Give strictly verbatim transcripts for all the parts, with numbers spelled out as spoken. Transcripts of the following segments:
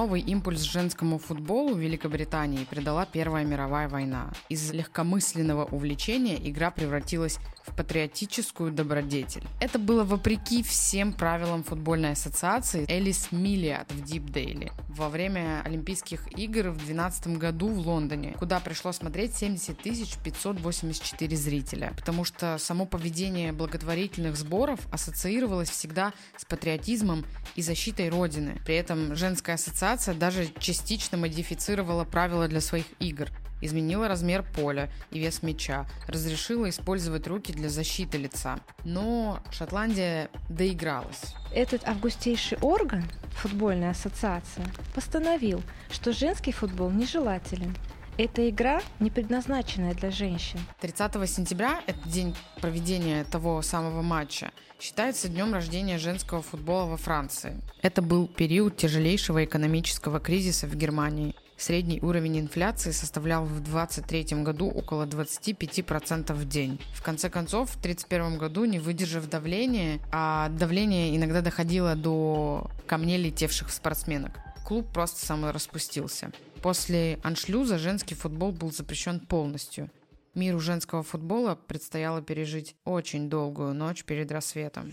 Новый импульс женскому футболу в Великобритании придала Первая мировая война. Из легкомысленного увлечения игра превратилась в патриотическую добродетель. Это было вопреки всем правилам футбольной ассоциации Элис Миллиард в Дипдейле во время Олимпийских игр в две тысячи двенадцатом году в Лондоне, куда пришло смотреть семьдесят тысяч пятьсот восемьдесят четыре зрителя, потому что само поведение благотворительных сборов ассоциировалось всегда с патриотизмом и защитой Родины. При этом женская ассоциация даже частично модифицировала правила для своих игр, изменила размер поля и вес мяча, разрешила использовать руки для защиты лица. Но Шотландия доигралась. Этот августейший орган, футбольная ассоциация, постановил, что женский футбол нежелателен. Эта игра не предназначенная для женщин. тридцатого сентября, это день проведения того самого матча, считается днем рождения женского футбола во Франции. Это был период тяжелейшего экономического кризиса в Германии. Средний уровень инфляции составлял в двадцать третьем году около двадцать пять процентов в день. В конце концов, в тридцать первом году, не выдержав давления, а давление иногда доходило до камней летевших спортсменок, клуб просто самораспустился. После аншлюза женский футбол был запрещен полностью. Миру женского футбола предстояло пережить очень долгую ночь перед рассветом.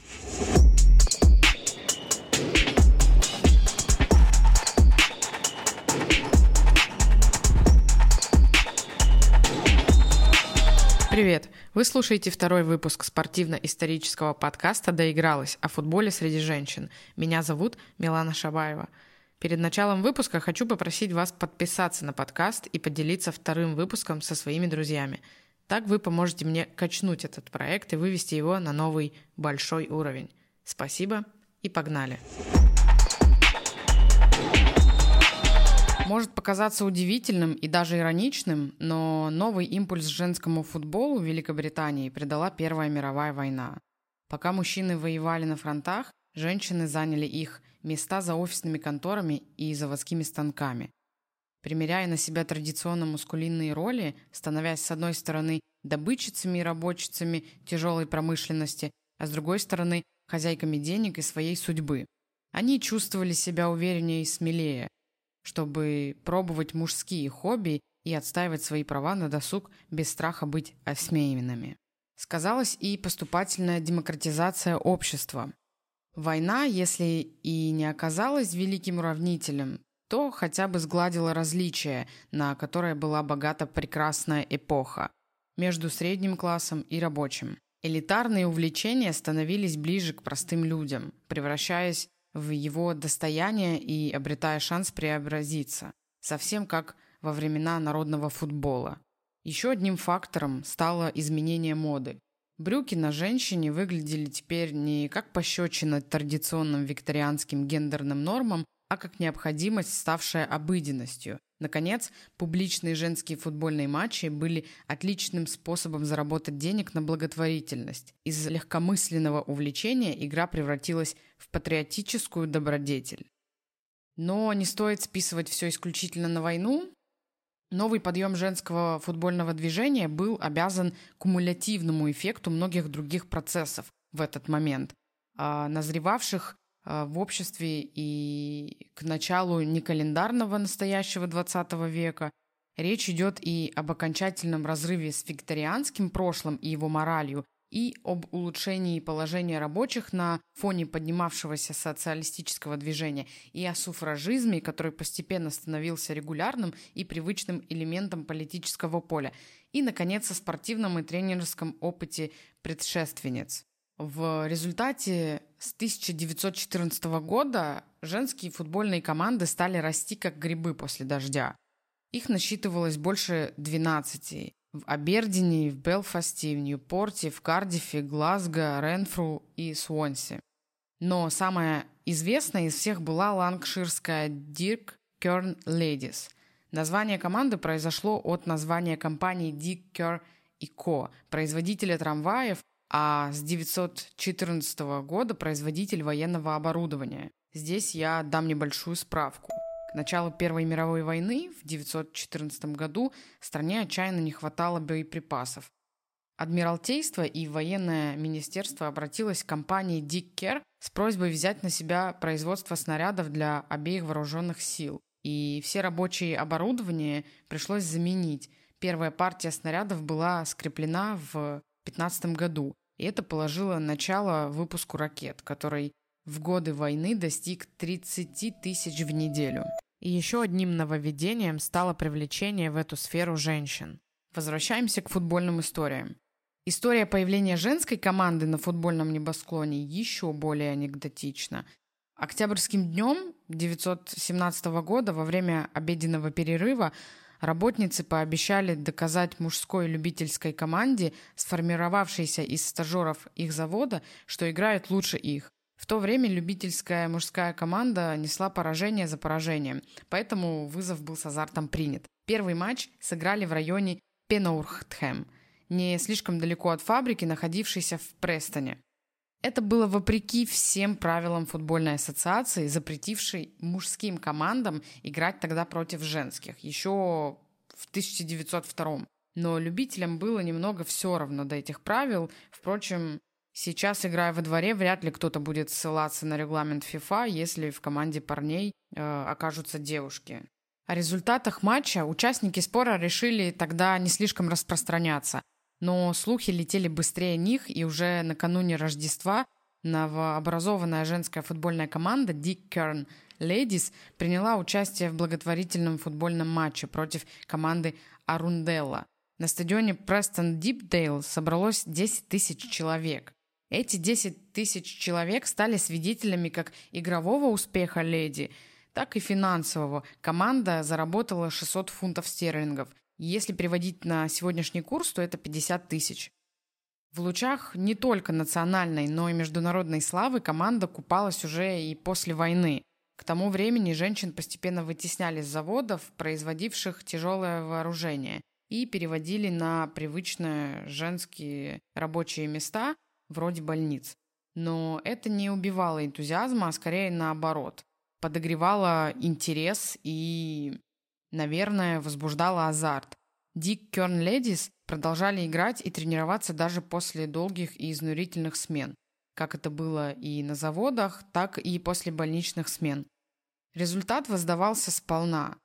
Привет! Вы слушаете второй выпуск спортивно-исторического подкаста «Доигралась» о футболе среди женщин. Меня зовут Милана Шабаева. Перед началом выпуска хочу попросить вас подписаться на подкаст и поделиться вторым выпуском со своими друзьями. Так вы поможете мне качнуть этот проект и вывести его на новый большой уровень. Спасибо и погнали! Может показаться удивительным и даже ироничным, но новый импульс женскому футболу в Великобритании придала Первая мировая война. Пока мужчины воевали на фронтах, женщины заняли их места за офисными конторами и заводскими станками. Примеряя на себя традиционно мускулинные роли, становясь с одной стороны добытчицами и рабочицами тяжелой промышленности, а с другой стороны хозяйками денег и своей судьбы. Они чувствовали себя увереннее и смелее, чтобы пробовать мужские хобби и отстаивать свои права на досуг без страха быть осмеянными. Сказалась и поступательная демократизация общества. Война, если и не оказалась великим уравнителем, то хотя бы сгладила различия, на которые была богата прекрасная эпоха, между средним классом и рабочим. Элитарные увлечения становились ближе к простым людям, превращаясь в его достояние и обретая шанс преобразиться, совсем как во времена народного футбола. Еще одним фактором стало изменение моды. Брюки на женщине выглядели теперь не как пощечина традиционным викторианским гендерным нормам, а как необходимость, ставшая обыденностью. Наконец, публичные женские футбольные матчи были отличным способом заработать денег на благотворительность. Из легкомысленного увлечения игра превратилась в патриотическую добродетель. Но не стоит списывать все исключительно на войну. Новый подъем женского футбольного движения был обязан кумулятивному эффекту многих других процессов в этот момент, назревавших в обществе и к началу некалендарного настоящего двадцатого века. Речь идет и об окончательном разрыве с викторианским прошлым и его моралью, и об улучшении положения рабочих на фоне поднимавшегося социалистического движения, и о суфражизме, который постепенно становился регулярным и привычным элементом политического поля, и, наконец, о спортивном и тренерском опыте предшественниц. В результате с тысяча девятьсот четырнадцатого года женские футбольные команды стали расти как грибы после дождя. Их насчитывалось больше двенадцати. В Абердине, в Белфасте, в Ньюпорте, в Кардифе, Глазго, Ренфру и Суонси. Но самая известная из всех была ланкширская Дирк Керн Ледис. Название команды произошло от названия компании Дик Кер и Ко, производителя трамваев, а с девятьсот четырнадцатого года производитель военного оборудования. Здесь я дам небольшую справку. К началу Первой мировой войны в девятьсот четырнадцатом году стране отчаянно не хватало боеприпасов. Адмиралтейство и военное министерство обратилось к компании Dick Care с просьбой взять на себя производство снарядов для обеих вооруженных сил. И все рабочие оборудования пришлось заменить. Первая партия снарядов была скреплена в две тысячи пятнадцатом году, и это положило начало выпуску ракет, который в годы войны достиг тридцать тысяч в неделю. И еще одним нововведением стало привлечение в эту сферу женщин. Возвращаемся к футбольным историям. История появления женской команды на футбольном небосклоне еще более анекдотична. Октябрьским днем девятьсот семнадцатого года во время обеденного перерыва работницы пообещали доказать мужской любительской команде, сформировавшейся из стажеров их завода, что играют лучше их. В то время любительская мужская команда несла поражение за поражением, поэтому вызов был с азартом принят. Первый матч сыграли в районе Пеноурхтхэм, не слишком далеко от фабрики, находившейся в Престоне. Это было вопреки всем правилам футбольной ассоциации, запретившей мужским командам играть тогда против женских, еще в тысяча девятьсот втором. Но любителям было немного все равно до этих правил. Впрочем, сейчас, играя во дворе, вряд ли кто-то будет ссылаться на регламент ФИФА, если в команде парней э, окажутся девушки. О результатах матча участники спора решили тогда не слишком распространяться. Но слухи летели быстрее них, и уже накануне Рождества новообразованная женская футбольная команда Dick Care Ladies приняла участие в благотворительном футбольном матче против команды Арунделла. На стадионе Престон Дипдейл собралось десять тысяч человек. Эти десять тысяч человек стали свидетелями как игрового успеха леди, так и финансового. Команда заработала шестьсот фунтов стерлингов. Если переводить на сегодняшний курс, то это пятьдесят тысяч. В лучах не только национальной, но и международной славы команда купалась уже и после войны. К тому времени женщин постепенно вытесняли с заводов, производивших тяжелое вооружение, и переводили на привычные женские рабочие места, вроде больниц. Но это не убивало энтузиазма, а скорее наоборот. Подогревало интерес и, наверное, возбуждало азарт. Dick Care Ladies продолжали играть и тренироваться даже после долгих и изнурительных смен, как это было и на заводах, так и после больничных смен. Результат воздавался сполна.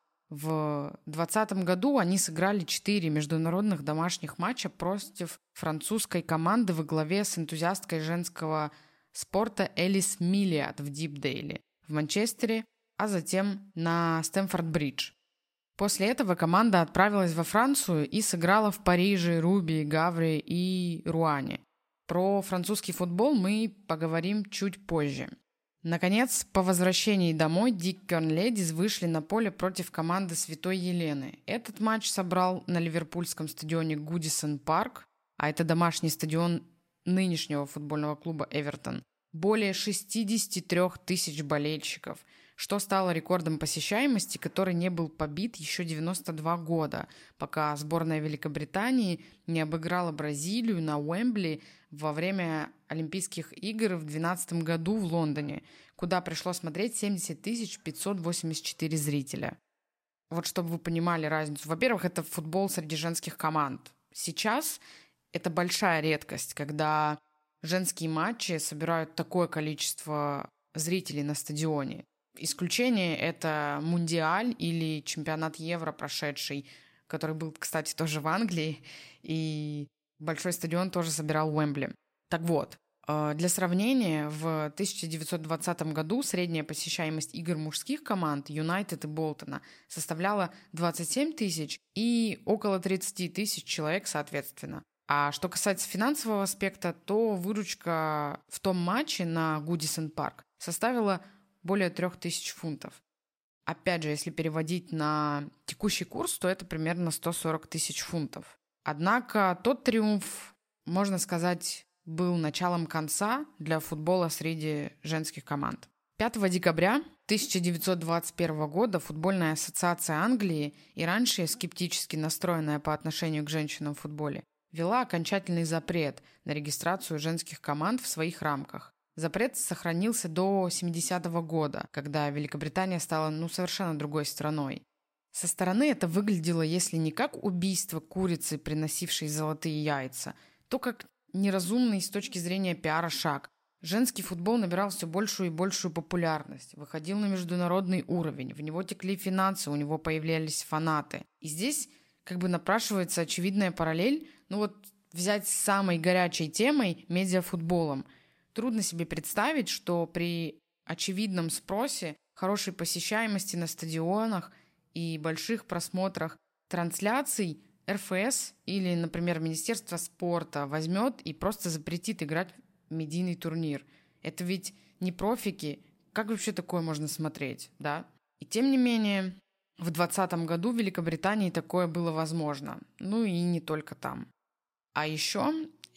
В двадцатом году они сыграли четыре международных домашних матча против французской команды во главе с энтузиасткой женского спорта Элис Миллиат в Дипдейле, в Манчестере, а затем на Стэмфорд-Бридж. После этого команда отправилась во Францию и сыграла в Париже, Руби, Гавре и Руане. Про французский футбол мы поговорим чуть позже. Наконец, по возвращении домой Dick Care Ladies вышли на поле против команды Святой Елены. Этот матч собрал на ливерпульском стадионе Гудисон Парк, а это домашний стадион нынешнего футбольного клуба Эвертон, более шестьдесят три тысяч болельщиков, что стало рекордом посещаемости, который не был побит еще девяносто два года, пока сборная Великобритании не обыграла Бразилию на Уэмбли во время Олимпийских игр в две тысячи двенадцатом году в Лондоне, куда пришло смотреть семьдесят тысяч пятьсот восемьдесят четыре зрителя. Вот чтобы вы понимали разницу. Во-первых, это футбол среди женских команд. Сейчас это большая редкость, когда женские матчи собирают такое количество зрителей на стадионе. Исключение – это Мундиаль или чемпионат Евро прошедший, который был, кстати, тоже в Англии, и большой стадион тоже собирал Уэмбли. Так вот, для сравнения, в тысяча девятьсот двадцатом году средняя посещаемость игр мужских команд Юнайтед и Болтона составляла двадцать семь тысяч и около тридцать тысяч человек соответственно. А что касается финансового аспекта, то выручка в том матче на Гудисон Парк составила более трех тысяч фунтов. Опять же, если переводить на текущий курс, то это примерно сто сорок тысяч фунтов. Однако тот триумф, можно сказать, был началом конца для футбола среди женских команд. пятого декабря тысяча девятьсот двадцать первого года футбольная ассоциация Англии, и раньше скептически настроенная по отношению к женщинам в футболе, ввела окончательный запрет на регистрацию женских команд в своих рамках. Запрет сохранился до семидесятого года, когда Великобритания стала ну, совершенно другой страной. Со стороны это выглядело, если не как убийство курицы, приносившей золотые яйца, то как неразумный с точки зрения пиара шаг. Женский футбол набирал все большую и большую популярность, выходил на международный уровень, в него текли финансы, у него появлялись фанаты. И здесь как бы напрашивается очевидная параллель, ну вот взять с самой горячей темой медиафутболом. Трудно себе представить, что при очевидном спросе, хорошей посещаемости на стадионах и больших просмотрах трансляций эр эф эс или, например, Министерство спорта возьмет и просто запретит играть в медийный турнир. Это ведь не профики. Как вообще такое можно смотреть, да? И тем не менее, в двадцатом году в Великобритании такое было возможно. Ну и не только там. А еще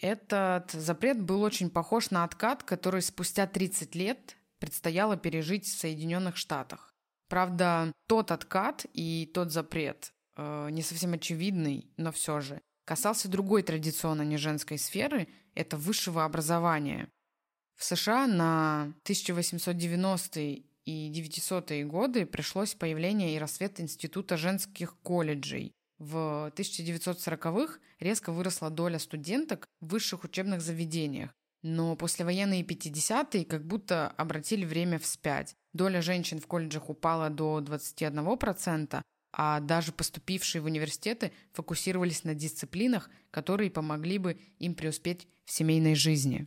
этот запрет был очень похож на откат, который спустя тридцать лет предстояло пережить в Соединенных Штатах. Правда, тот откат и тот запрет, э, не совсем очевидный, но все же, касался другой традиционно неженской сферы – это высшего образования. В США на тысяча восемьсот девяностые и девятисотые годы пришлось появление и расцвет Института женских колледжей. В тысяча девятьсот сороковых резко выросла доля студенток в высших учебных заведениях. Но послевоенные пятидесятые как будто обратили время вспять. Доля женщин в колледжах упала до двадцати одного процента, а даже поступившие в университеты фокусировались на дисциплинах, которые помогли бы им преуспеть в семейной жизни.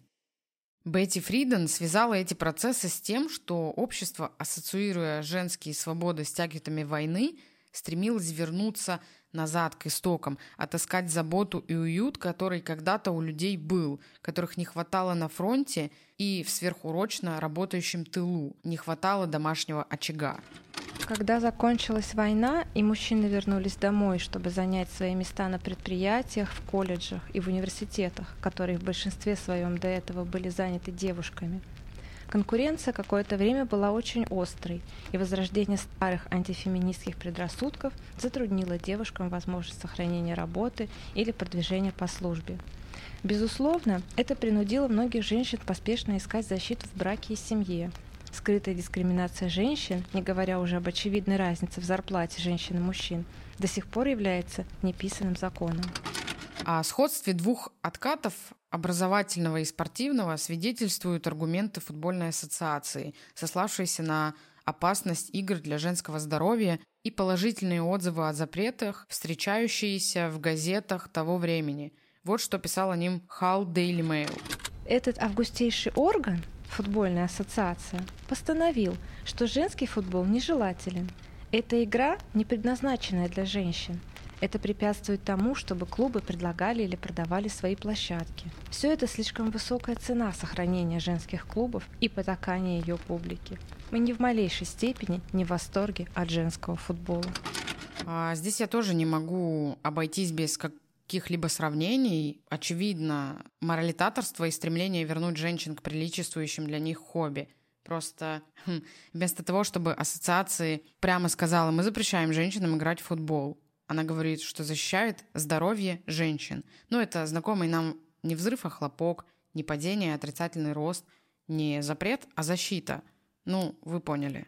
Бетти Фриден связала эти процессы с тем, что общество, ассоциируя женские свободы с тяготами войны, стремилось вернуться назад к истокам, отыскать заботу и уют, который когда-то у людей был, которых не хватало на фронте и в сверхурочно работающем тылу, не хватало домашнего очага. Когда закончилась война и мужчины вернулись домой, чтобы занять свои места на предприятиях, в колледжах и в университетах, которые в большинстве своем до этого были заняты девушками, конкуренция какое-то время была очень острой, и возрождение старых антифеминистских предрассудков затруднило девушкам возможность сохранения работы или продвижения по службе. Безусловно, это принудило многих женщин поспешно искать защиту в браке и семье. Скрытая дискриминация женщин, не говоря уже об очевидной разнице в зарплате женщин и мужчин, до сих пор является неписанным законом. О сходстве двух откатов, образовательного и спортивного, свидетельствуют аргументы футбольной ассоциации, сославшиеся на опасность игр для женского здоровья и положительные отзывы о запретах, встречающиеся в газетах того времени. Вот что писал о ним Hull Daily Mail. Этот августейший орган, футбольная ассоциация, постановил, что женский футбол нежелателен. Эта игра не предназначенная для женщин. Это препятствует тому, чтобы клубы предлагали или продавали свои площадки. Все это слишком высокая цена сохранения женских клубов и потакания ее публики. Мы ни в малейшей степени не в восторге от женского футбола. А здесь я тоже не могу обойтись без каких-либо сравнений. Очевидно, моралитаторство и стремление вернуть женщин к приличествующим для них хобби. Просто хм, вместо того, чтобы ассоциации прямо сказала, мы запрещаем женщинам играть в футбол, она говорит, что защищает здоровье женщин. Ну, это знакомый нам не взрыв, а хлопок, не падение, а отрицательный рост, не запрет, а защита. Ну, вы поняли.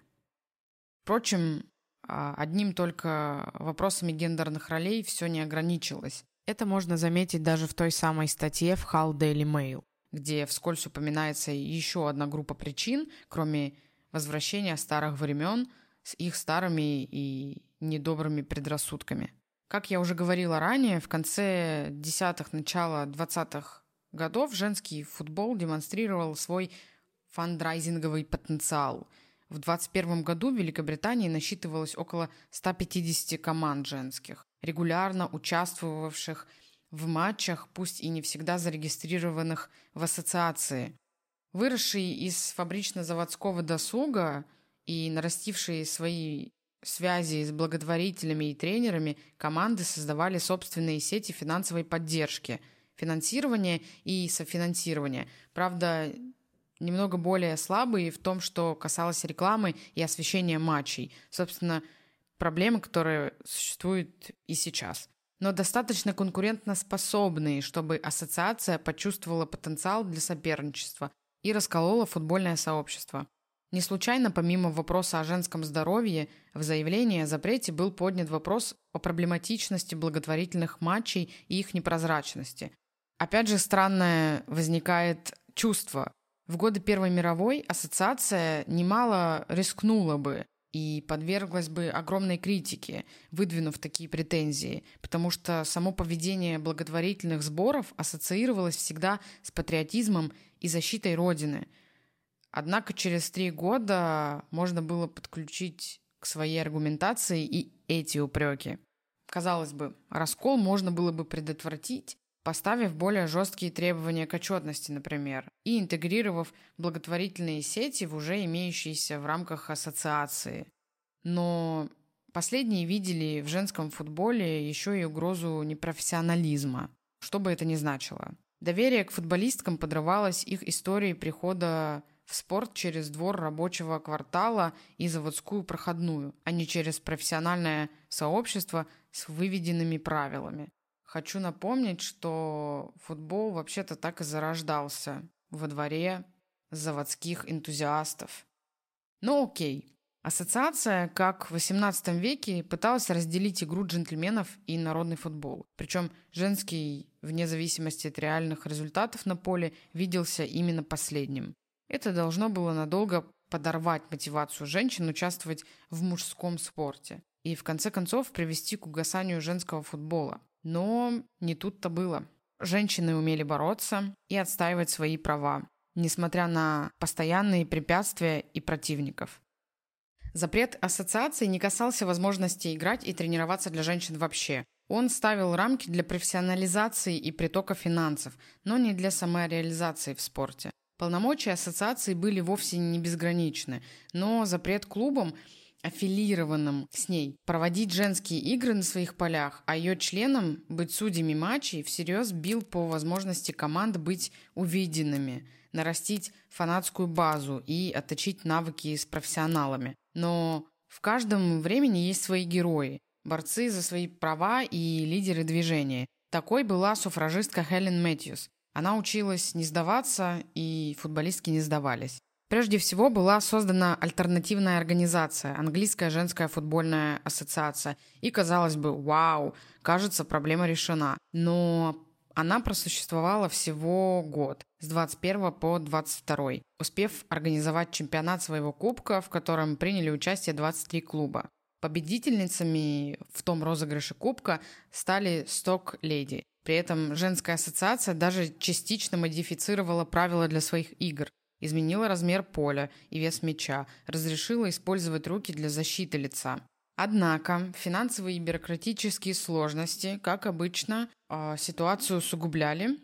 Впрочем, одним только вопросами гендерных ролей все не ограничилось. Это можно заметить даже в той самой статье в Hull Daily Mail, где вскользь упоминается еще одна группа причин, кроме возвращения старых времен с их старыми и недобрыми предрассудками. Как я уже говорила ранее, в конце десятых, начало двадцатых годов женский футбол демонстрировал свой фандрайзинговый потенциал. В двадцать первом году в Великобритании насчитывалось около ста пятидесяти команд женских, регулярно участвовавших в матчах, пусть и не всегда зарегистрированных в ассоциации. Выросшие из фабрично-заводского досуга и нарастившие свои связи с благотворителями и тренерами, команды создавали собственные сети финансовой поддержки, финансирования и софинансирования. Правда, немного более слабые в том, что касалось рекламы и освещения матчей. Собственно, проблемы, которые существуют и сейчас. Но достаточно конкурентоспособные, чтобы ассоциация почувствовала потенциал для соперничества и расколола футбольное сообщество. Не случайно, помимо вопроса о женском здоровье, в заявлении о запрете был поднят вопрос о проблематичности благотворительных матчей и их непрозрачности. Опять же, странное возникает чувство. В годы Первой мировой ассоциация немало рискнула бы и подверглась бы огромной критике, выдвинув такие претензии, потому что само поведение благотворительных сборов ассоциировалось всегда с патриотизмом и защитой Родины. Однако через три года можно было подключить к своей аргументации и эти упреки. Казалось бы, раскол можно было бы предотвратить, поставив более жесткие требования к отчетности, например, и интегрировав благотворительные сети в уже имеющиеся в рамках ассоциации. Но последние видели в женском футболе еще и угрозу непрофессионализма, что бы это ни значило. Доверие к футболисткам подрывалось их историей прихода в спорт через двор рабочего квартала и заводскую проходную, а не через профессиональное сообщество с выведенными правилами. Хочу напомнить, что футбол вообще-то так и зарождался во дворе заводских энтузиастов. Но окей. Ассоциация, как в восемнадцатом веке, пыталась разделить игру джентльменов и народный футбол. Причем женский, вне зависимости от реальных результатов на поле, виделся именно последним. Это должно было надолго подорвать мотивацию женщин участвовать в мужском спорте и, в конце концов, привести к угасанию женского футбола. Но не тут-то было. Женщины умели бороться и отстаивать свои права, несмотря на постоянные препятствия и противников. Запрет ассоциации не касался возможности играть и тренироваться для женщин вообще. Он ставил рамки для профессионализации и притока финансов, но не для самореализации в спорте. Полномочия ассоциации были вовсе не безграничны, но запрет клубам, аффилированным с ней, проводить женские игры на своих полях, а ее членам быть судьями матчей, всерьез бил по возможности команд быть увиденными, нарастить фанатскую базу и отточить навыки с профессионалами. Но в каждом времени есть свои герои, борцы за свои права и лидеры движения. Такой была суфражистка Хелен Мэтьюс. Она училась не сдаваться, и футболистки не сдавались. Прежде всего была создана альтернативная организация, Английская женская футбольная ассоциация. И, казалось бы, вау, кажется, проблема решена. Но она просуществовала всего год, с двадцать первого по двадцать второй, успев организовать чемпионат своего кубка, в котором приняли участие двадцать три клуба. Победительницами в том розыгрыше кубка стали Stoke Lady. При этом женская ассоциация даже частично модифицировала правила для своих игр. Изменила размер поля и вес мяча, разрешила использовать руки для защиты лица. Однако финансовые и бюрократические сложности, как обычно, ситуацию усугубляли,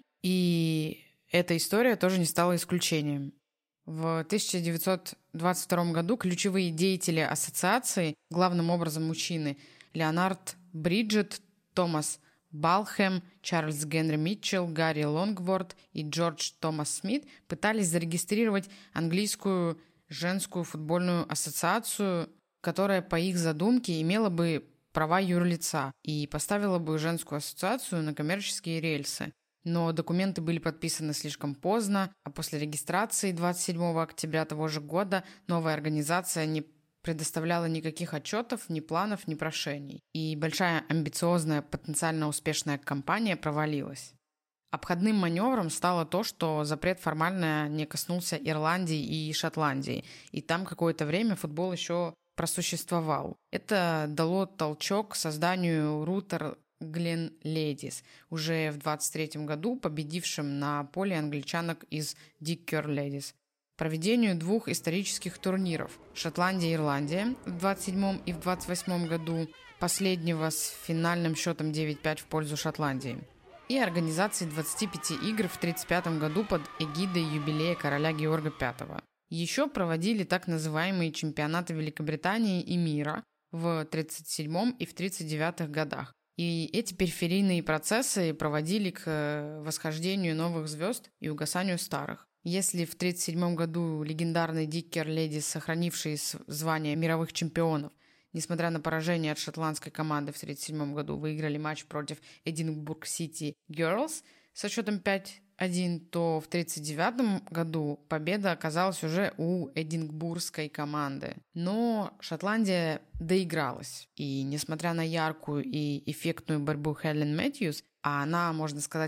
и эта история тоже не стала исключением. В тысяча девятьсот двадцать втором году ключевые деятели ассоциации, главным образом мужчины, Леонард Бриджет, Томас Балхэм, Чарльз Генри Митчелл, Гарри Лонгворд и Джордж Томас Смит пытались зарегистрировать английскую женскую футбольную ассоциацию, которая по их задумке имела бы права юрлица и поставила бы женскую ассоциацию на коммерческие рельсы. Но документы были подписаны слишком поздно, а после регистрации двадцать седьмого октября того же года новая организация не предоставляла никаких отчетов, ни планов, ни прошений. И большая амбициозная, потенциально успешная кампания провалилась. Обходным маневром стало то, что запрет формально не коснулся Ирландии и Шотландии, и там какое-то время футбол еще просуществовал. Это дало толчок к созданию Рутер Глен Ледис, уже в двадцать третьем году победившим на поле англичанок из Диккер Ледис. Проведению двух исторических турниров Шотландия и Ирландия в двадцать седьмом и в двадцать восьмом году, последнего с финальным счетом девять пять в пользу Шотландии, и организации двадцати пяти игр в тридцать пятом году под эгидой юбилея короля Георга Пятого. Еще проводили так называемые чемпионаты Великобритании и мира в тридцать седьмом и в тридцать девятых годах. И эти периферийные процессы проводили к восхождению новых звезд и угасанию старых. Если в тридцать седьмом году легендарный Диккер Ледис, сохранившие звание мировых чемпионов, несмотря на поражение от шотландской команды в тридцать седьмом году, выиграли матч против Эдинбург Сити Girls со счетом пять один, то в тридцать девятом году победа оказалась уже у эдинбургской команды. Но Шотландия доигралась. И несмотря на яркую и эффектную борьбу Хелен Мэтьюс, а она, можно сказать,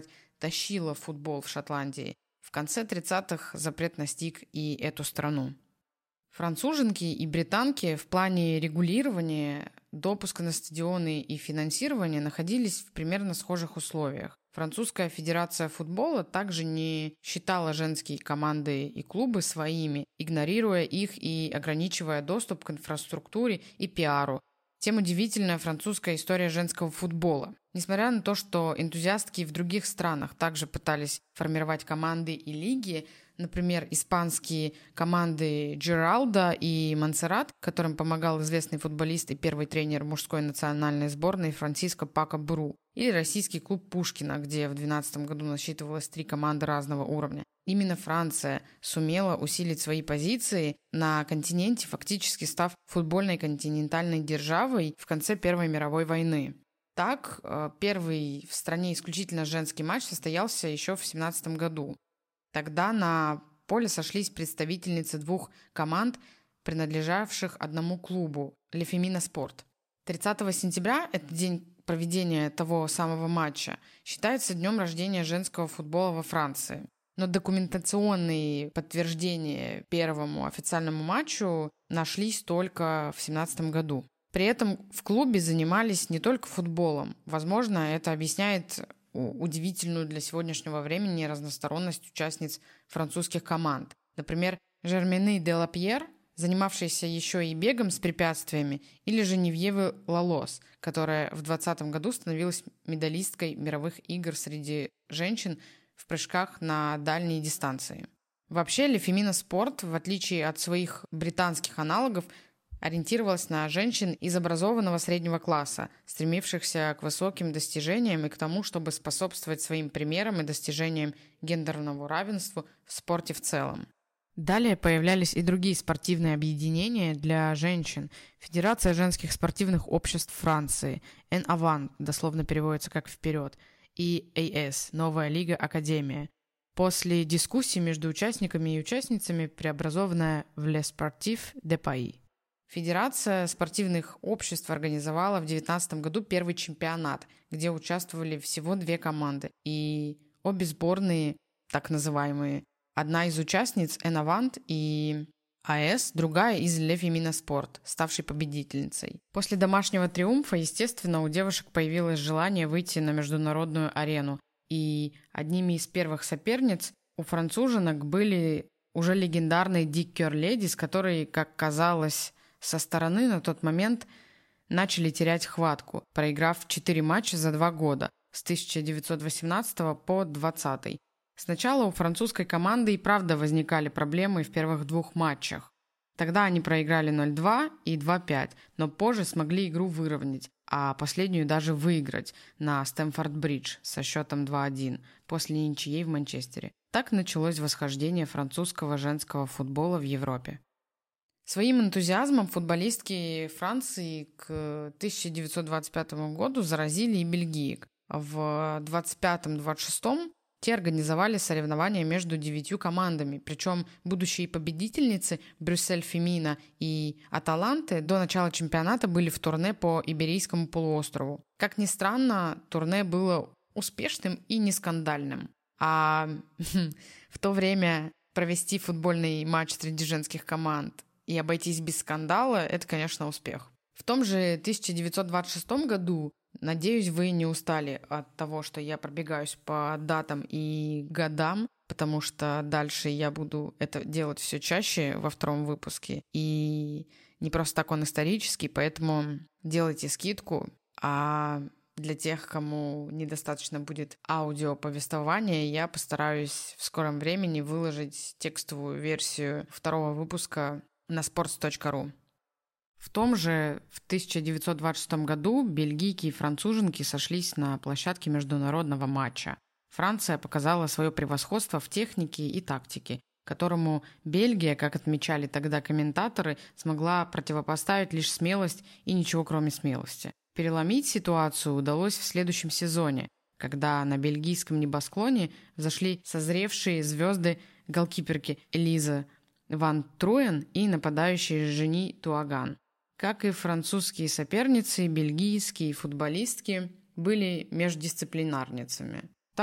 тащила футбол в Шотландии. В конце тридцатых запрет настиг и эту страну. Француженки и британки в плане регулирования, допуска на стадионы и финансирования находились в примерно схожих условиях. Французская федерация футбола также не считала женские команды и клубы своими, игнорируя их и ограничивая доступ к инфраструктуре и пиару. Тем удивительная французская история женского футбола. Несмотря на то, что энтузиастки в других странах также пытались формировать команды и лиги, например, испанские команды Джералда и Монсеррат, которым помогал известный футболист и первый тренер мужской национальной сборной Франсиско Пако Бру, или российский клуб Пушкина, где в две тысячи двенадцатом году насчитывалось три команды разного уровня. Именно Франция сумела усилить свои позиции на континенте, фактически став футбольной континентальной державой в конце Первой мировой войны. Так, первый в стране исключительно женский матч состоялся еще в две тысячи семнадцатом году. Тогда на поле сошлись представительницы двух команд, принадлежавших одному клубу – Ле Фемина Спорт. тридцатого сентября, это день проведения того самого матча, считается днем рождения женского футбола во Франции. Но документационные подтверждения первому официальному матчу нашлись только в две тысячи семнадцатом году. При этом в клубе занимались не только футболом. Возможно, это объясняет удивительную для сегодняшнего времени разносторонность участниц французских команд. Например, Жермены де ла Пьер, занимавшаяся еще и бегом с препятствиями, или Женевьевы Лалос, которая в двадцатом году становилась медалисткой мировых игр среди женщин в прыжках на дальние дистанции. Вообще, Ле Фемина Спорт, в отличие от своих британских аналогов, ориентировалась на женщин из образованного среднего класса, стремившихся к высоким достижениям и к тому, чтобы способствовать своим примерам и достижениям гендерному равенству в спорте в целом. Далее появлялись и другие спортивные объединения для женщин. Федерация женских спортивных обществ Франции, «En Avant», дословно переводится как «вперед», и эй эс, «Новая лига Академия». После дискуссий между участниками и участницами преобразованная в «Le Sportif de Paris». Федерация спортивных обществ организовала в две тысячи девятнадцатом году первый чемпионат, где участвовали всего две команды, и обе сборные, так называемые, одна из участниц «En Avant» и АЭС, другая из «Le Femina Sport», ставшей победительницей. После домашнего триумфа, естественно, у девушек появилось желание выйти на международную арену, и одними из первых соперниц у француженок были уже легендарные Диккер Ледис, которые, как казалось, со стороны на тот момент начали терять хватку, проиграв четыре матча за два года, с тысяча девятьсот восемнадцатого по двадцатый. Сначала у французской команды и правда возникали проблемы в первых двух матчах. Тогда они проиграли ноль-два и два-пять, но позже смогли игру выровнять, а последнюю даже выиграть на Стэмфорд-Бридж со счетом два-один после ничьей в Манчестере. Так началось восхождение французского женского футбола в Европе. Своим энтузиазмом футболистки Франции к тысяча девятьсот двадцать пятому году заразили и бельгиек. В двадцать пятом - двадцать шестом те организовали соревнования между девятью командами, причем будущие победительницы Брюссель Фемина и Аталанты до начала чемпионата были в турне по Иберийскому полуострову. Как ни странно, турне было успешным и не скандальным. А в то время провести футбольный матч среди женских команд и обойтись без скандала – это, конечно, успех. В том же тысяча девятьсот двадцать шестом году, надеюсь, вы не устали от того, что я пробегаюсь по датам и годам, потому что дальше я буду это делать все чаще во втором выпуске. И не просто так он исторический, поэтому делайте скидку. А для тех, кому недостаточно будет аудиоповествования, я постараюсь в скором времени выложить текстовую версию второго выпуска на sports точка ru. В том же в тысяча девятьсот двадцать шестом году бельгийки и француженки сошлись на площадке международного матча. Франция показала свое превосходство в технике и тактике, которому Бельгия, как отмечали тогда комментаторы, смогла противопоставить лишь смелость и ничего кроме смелости. Переломить ситуацию удалось в следующем сезоне, когда на бельгийском небосклоне взошли созревшие звезды голкиперки Элиза Ван Труен и нападающие Жени Туаган. Как и французские соперницы, бельгийские футболистки были междисциплинарницами. Так,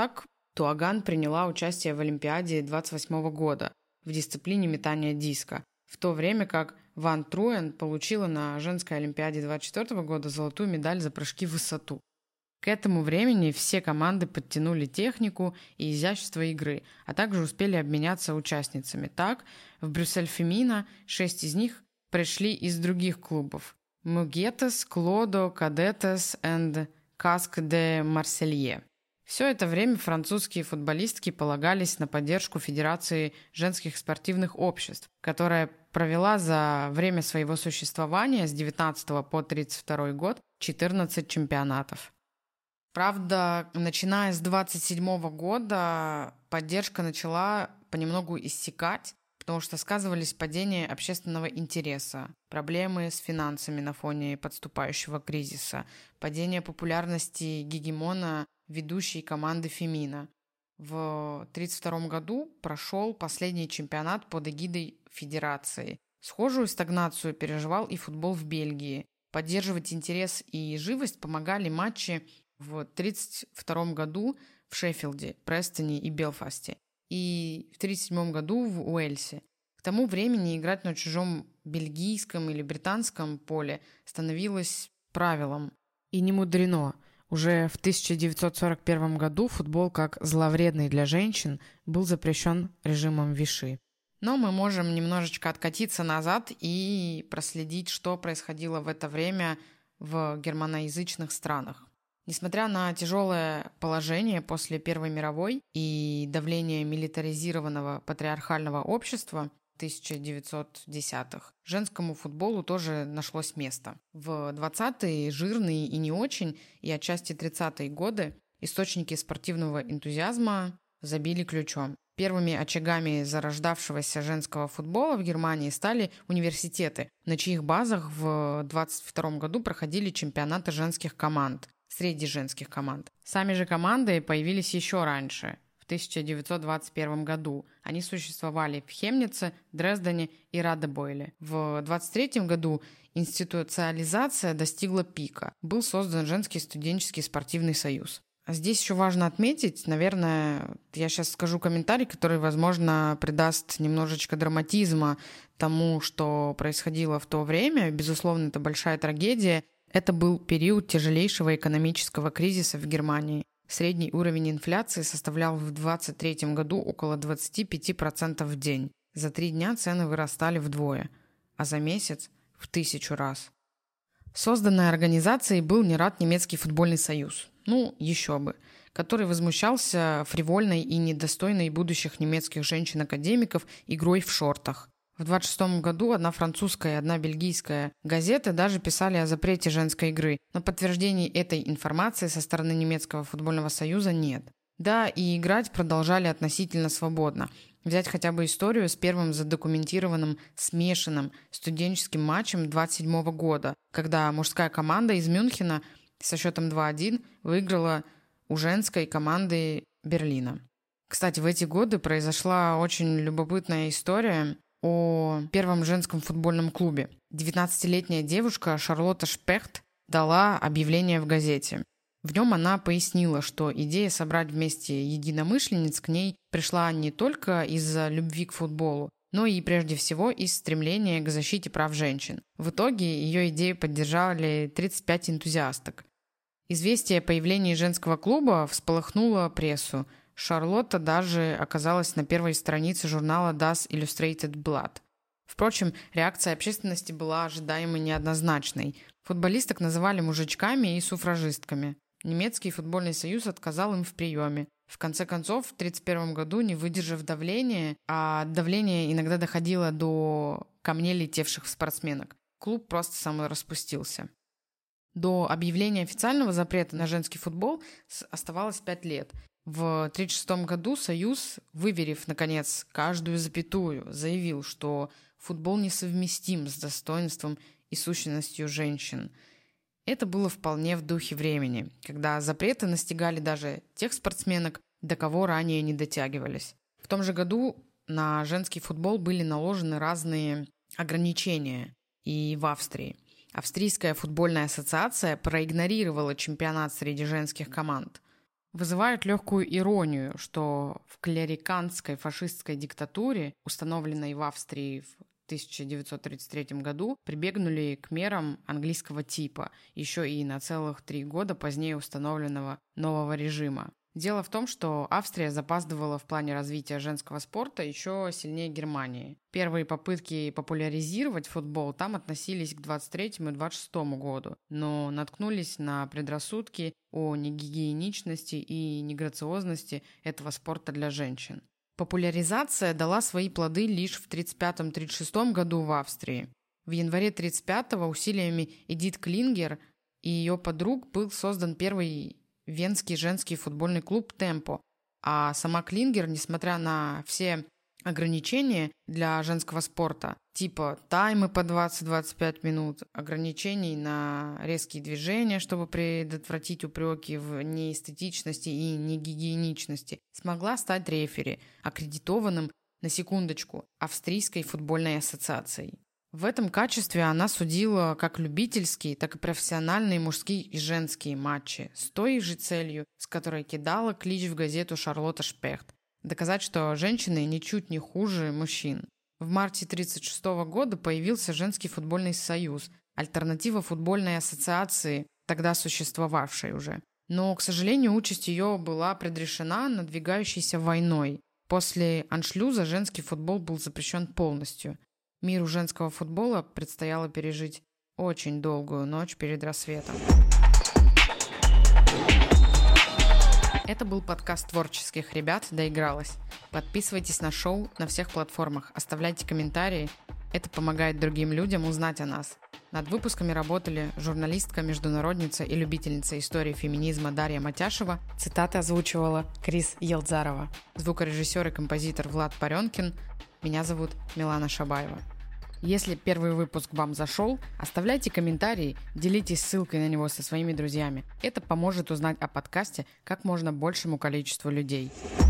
Туаган приняла участие в Олимпиаде двадцать восьмого года в дисциплине метания диска, в то время как Ван Труен получила на женской Олимпиаде двадцать четвёртого года золотую медаль за прыжки в высоту. К этому времени все команды подтянули технику и изящество игры, а также успели обменяться участницами. Так, в Брюссель Фемина шесть из них пришли из других клубов – Мугетес, Клодо, Кадетес и Каск де Марселье. Все это время французские футболистки полагались на поддержку Федерации женских спортивных обществ, которая провела за время своего существования с девятнадцатого по тридцать второй год четырнадцать чемпионатов. Правда, начиная с двадцать седьмого года поддержка начала понемногу иссякать, потому что сказывались падение общественного интереса, проблемы с финансами на фоне подступающего кризиса, падение популярности гегемона ведущей команды Фемина. В тридцать втором году прошел последний чемпионат под эгидой Федерации. Схожую стагнацию переживал и футбол в Бельгии. Поддерживать интерес и живость помогали матчи в тридцать втором году в Шеффилде, Престоне и Белфасте, и в тридцать седьмом году в Уэльсе. К тому времени играть на чужом бельгийском или британском поле становилось правилом. И не мудрено. Уже в тысяча девятьсот сорок первом году футбол как зловредный для женщин был запрещен режимом Виши. Но мы можем немножечко откатиться назад и проследить, что происходило в это время в германоязычных странах. Несмотря на тяжелое положение после Первой мировой и давление милитаризированного патриархального общества тысяча девятьсот десятых, женскому футболу тоже нашлось место. В двадцатые жирные и не очень, и отчасти тридцатые годы источники спортивного энтузиазма забили ключом. Первыми очагами зарождавшегося женского футбола в Германии стали университеты, на чьих базах в двадцать втором году проходили чемпионаты женских команд. Среди женских команд. Сами же команды появились еще раньше, в тысяча девятьсот двадцать первом году. Они существовали в Хемнице, Дрездене и Радебойле. В двадцать третьем году институциализация достигла пика. Был создан женский студенческий спортивный союз. Здесь еще важно отметить, наверное, я сейчас скажу комментарий, который, возможно, придаст немножечко драматизма тому, что происходило в то время. Безусловно, это большая трагедия. Это был период тяжелейшего экономического кризиса в Германии. Средний уровень инфляции составлял в двадцать третьем году около двадцать пять процентов в день. За три дня цены вырастали вдвое, а за месяц – в тысячу раз. Созданной организацией был не рад немецкий футбольный союз. Ну, еще бы. Который возмущался фривольной и недостойной будущих немецких женщин-академиков игрой в шортах. В двадцать шестом году одна французская и одна бельгийская газеты даже писали о запрете женской игры, но подтверждений этой информации со стороны немецкого футбольного союза нет. Да, и играть продолжали относительно свободно. Взять хотя бы историю с первым задокументированным смешанным студенческим матчем двадцать седьмого года, когда мужская команда из Мюнхена со счетом два один выиграла у женской команды Берлина. Кстати, в эти годы произошла очень любопытная история о первом женском футбольном клубе. девятнадцатилетняя девушка Шарлотта Шпехт дала объявление в газете. В нем она пояснила, что идея собрать вместе единомышленниц к ней пришла не только из-за любви к футболу, но и прежде всего из стремления к защите прав женщин. В итоге ее идею поддержали тридцать пять энтузиасток. Известие о появлении женского клуба всполохнуло прессу. Шарлотта даже оказалась на первой странице журнала Das Illustrated Blatt. Впрочем, реакция общественности была ожидаемо неоднозначной. Футболисток называли мужичками и суфражистками. Немецкий футбольный союз отказал им в приеме. В конце концов, в тридцать первом году, не выдержав давления, а давление иногда доходило до камней летевших спортсменок, клуб просто самораспустился. До объявления официального запрета на женский футбол оставалось пять лет. В тридцать шестом году Союз, выверив, наконец, каждую запятую, заявил, что футбол несовместим с достоинством и сущностью женщин. Это было вполне в духе времени, когда запреты настигали даже тех спортсменок, до кого ранее не дотягивались. В том же году на женский футбол были наложены разные ограничения и в Австрии. Австрийская футбольная ассоциация проигнорировала чемпионат среди женских команд. вызывают легкую иронию, что в клериканской фашистской диктатуре, установленной в Австрии в тысяча девятьсот тридцать третьем году, прибегнули к мерам английского типа, еще и на целых три года позднее установленного нового режима. Дело в том, что Австрия запаздывала в плане развития женского спорта еще сильнее Германии. Первые попытки популяризировать футбол там относились к двадцать третьему и двадцать шестому году, но наткнулись на предрассудки о негигиеничности и неграциозности этого спорта для женщин. Популяризация дала свои плоды лишь в тридцать пятом — тридцать шестом году в Австрии. В январе тридцать пятого усилиями Эдит Клингер и ее подруг был создан первый венский женский футбольный клуб «Темпо», а сама Клингер, несмотря на все ограничения для женского спорта, типа таймы по двадцать — двадцать пять минут, ограничений на резкие движения, чтобы предотвратить упреки в неэстетичности и негигиеничности, смогла стать рефери, аккредитованным, на секундочку, Австрийской футбольной ассоциацией. В этом качестве она судила как любительские, так и профессиональные мужские и женские матчи с той же целью, с которой кидала клич в газету Шарлотта Шпехт – доказать, что женщины ничуть не хуже мужчин. В марте тысяча девятьсот тридцать шестого года появился Женский футбольный союз, альтернатива футбольной ассоциации, тогда существовавшей уже. Но, к сожалению, участь ее была предрешена надвигающейся войной. После аншлюза женский футбол был запрещен полностью. Миру женского футбола предстояло пережить очень долгую ночь перед рассветом. Это был подкаст творческих ребят «Доигралась». Подписывайтесь на шоу на всех платформах, оставляйте комментарии. Это помогает другим людям узнать о нас. Над выпусками работали журналистка, международница и любительница истории феминизма Дарья Матяшева. Цитаты озвучивала Крис Елдзарова. Звукорежиссер и композитор Влад Паренкин. Меня зовут Милана Шабаева. Если первый выпуск вам зашел, оставляйте комментарии, делитесь ссылкой на него со своими друзьями. Это поможет узнать о подкасте как можно большему количеству людей.